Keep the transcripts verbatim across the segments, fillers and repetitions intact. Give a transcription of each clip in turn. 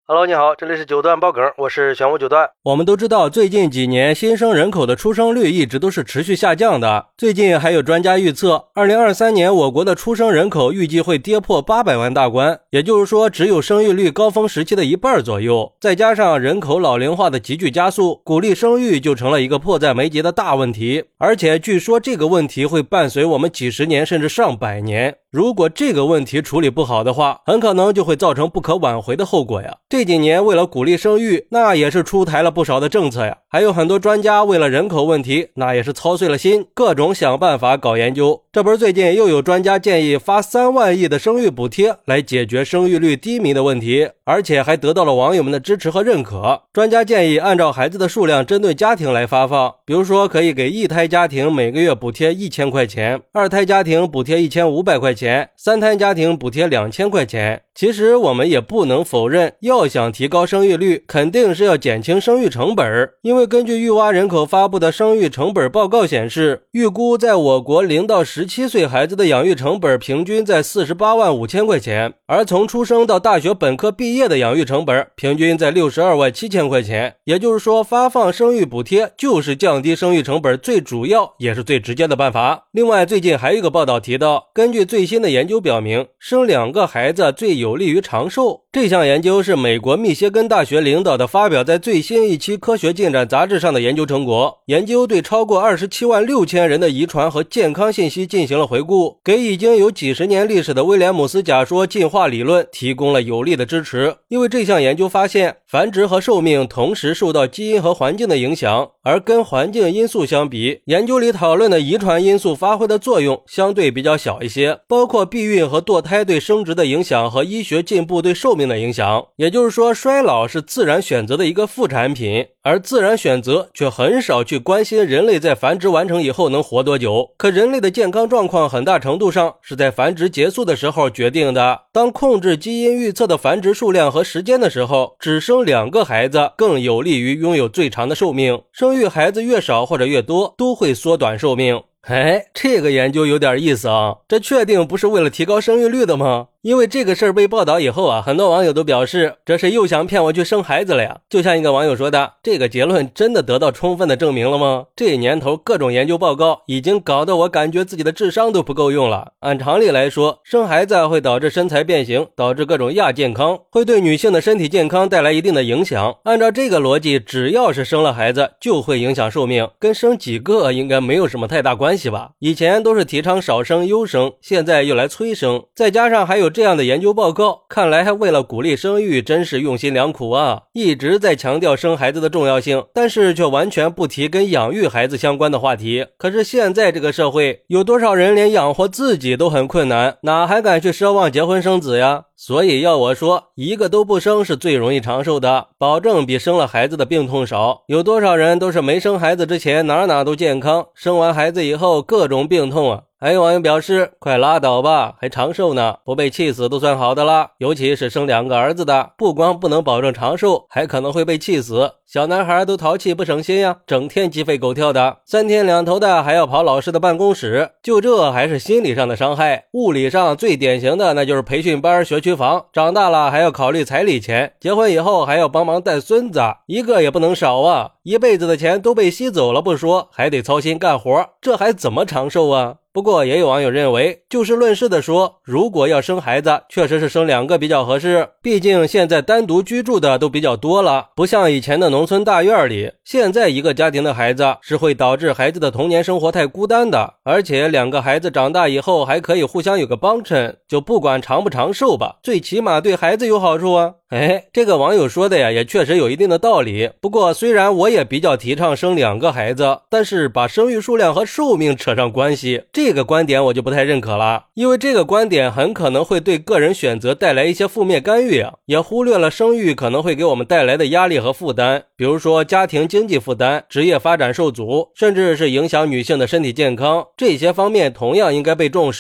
Hello， 你好，这里是九段爆梗，我是玄武九段。 我们都知道，最近几年新生人口的出生率一直都是持续下降的。最近还有专家预测，二零二三年我国的出生人口预计会跌破八百万大关，也就是说，只有生育率高峰时期的一半左右。再加上人口老龄化的急剧加速，鼓励生育就成了一个迫在眉睫的大问题。而且据说这个问题会伴随我们几十年甚至上百年。如果这个问题处理不好的话，很可能就会造成不可挽回的后果呀。这几年为了鼓励生育，那也是出台了不少的政策呀。还有很多专家为了人口问题，那也是操碎了心，各种想办法搞研究。这不是最近又有专家建议发三万亿的生育补贴来解决生育率低迷的问题，而且还得到了网友们的支持和认可。专家建议按照孩子的数量针对家庭来发放，比如说可以给一胎家庭每个月补贴一千块钱，二胎家庭补贴一千五百块钱，三胎家庭补贴两千块钱。其实我们也不能否认，要想提高生育率，肯定是要减轻生育成本。因为根据育蛙人口发布的生育成本报告显示，预估在我国零到十七岁孩子的养育成本平均在四十八万五千块钱，而从出生到大学本科毕业的养育成本平均在六十二万七千块钱。也就是说，发放生育补贴就是降低生育成本最主要也是最直接的办法。另外，最近还有一个报道提到，根据最新的研究表明，生两个孩子最有利于长寿。这项研究是美国密歇根大学领导的发表在最新一期科学进展杂志上的研究成果。研究对超过二十七万六千人的遗传和健康信息进行了回顾，给已经有几十年历史的威廉姆斯假说进化理论提供了有力的支持。因为这项研究发现，繁殖和寿命同时受到基因和环境的影响，而跟环境因素相比，研究里讨论的遗传因素发挥的作用相对比较小一些，包括避孕和堕胎对生殖的影响和医学进步对寿命的影响。也就是说，衰老是自然选择的一个副产品，而自然选择却很少去关心人类在繁殖完成以后能活多久。可人类的健康状况很大程度上是在繁殖结束的时候决定的。当控制基因预测的繁殖数量和时间的时候，只生两个孩子更有利于拥有最长的寿命。生育孩子越少或者越多，都会缩短寿命。哎，这个研究有点意思啊，这确定不是为了提高生育率的吗？因为这个事儿被报道以后啊，很多网友都表示，这是又想骗我去生孩子了呀。就像一个网友说的，这个结论真的得到充分的证明了吗？这年头各种研究报告已经搞得我感觉自己的智商都不够用了。按常理来说，生孩子会导致身材变形，导致各种亚健康，会对女性的身体健康带来一定的影响。按照这个逻辑，只要是生了孩子就会影响寿命，跟生几个应该没有什么太大关系吧。以前都是提倡少生优生，现在又来催生，再加上还有这样的研究报告，看来还为了鼓励生育真是用心良苦啊，一直在强调生孩子的重要性，但是却完全不提跟养育孩子相关的话题。可是现在这个社会，有多少人连养活自己都很困难，哪还敢去奢望结婚生子呀？所以要我说，一个都不生是最容易长寿的，保证比生了孩子的病痛少。有多少人都是没生孩子之前哪哪都健康，生完孩子以后各种病痛啊。还有网友表示，快拉倒吧，还长寿呢，不被气死都算好的了。尤其是生两个儿子的，不光不能保证长寿，还可能会被气死。小男孩都淘气不省心呀，整天鸡飞狗跳的，三天两头的还要跑老师的办公室，就这还是心理上的伤害。物理上最典型的那就是培训班学区房，长大了还要考虑彩礼钱，结婚以后还要帮忙带孙子，一个也不能少啊。一辈子的钱都被吸走了不说，还得操心干活，这还怎么长寿啊？不过也有网友认为，就事论事的说，如果要生孩子，确实是生两个比较合适，毕竟现在单独居住的都比较多了，不像以前的农村大院里，现在一个家庭的孩子是会导致孩子的童年生活太孤单的，而且两个孩子长大以后还可以互相有个帮衬，就不管长不长寿吧，最起码对孩子有好处啊。哎，这个网友说的呀，也确实有一定的道理。不过虽然我也比较提倡生两个孩子，但是把生育数量和寿命扯上关系，这个观点我就不太认可了。因为这个观点很可能会对个人选择带来一些负面干预啊，也忽略了生育可能会给我们带来的压力和负担，比如说家庭经济负担、职业发展受阻，甚至是影响女性的身体健康，这些方面同样应该被重视。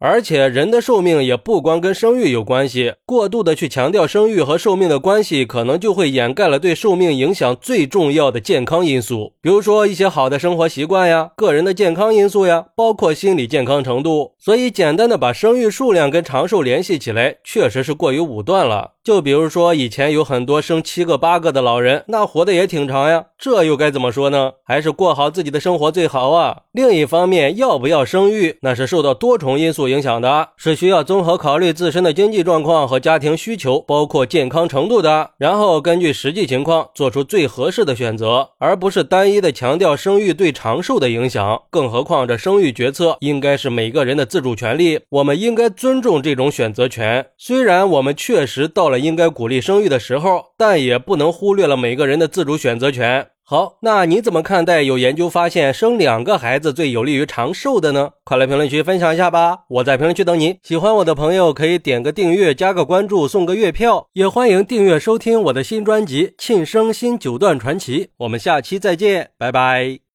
而且人的寿命也不光跟生育有关系，过度的去强调生育和寿命的关系，可能就会掩盖了对寿命影响最重要的健康因素，比如说一些好的生活习惯呀，个人的健康因素呀，包括心理健康程度。所以简单的把生育数量跟长寿联系起来，确实是过于武断了。就比如说以前有很多生七个八个的老人，那活得也挺长呀，这又该怎么说呢？还是过好自己的生活最好啊。另一方面，要不要生育，那是受到多重因素影响的，是需要综合考虑自身的经济状况和家庭需求，包括健康程度的，然后根据实际情况做出最合适的选择，而不是单一的强调生育对长寿的影响。更何况这生育决策应该是每个人的自主权利，我们应该尊重这种选择权。虽然我们确实到了应该鼓励生育的时候，但也不能忽略了每个人的自主选择权。好，那你怎么看待有研究发现生两个孩子最有利于长寿的呢？快来评论区分享一下吧，我在评论区等你。喜欢我的朋友可以点个订阅，加个关注，送个月票，也欢迎订阅收听我的新专辑《庆生新九段传奇》。我们下期再见，拜拜。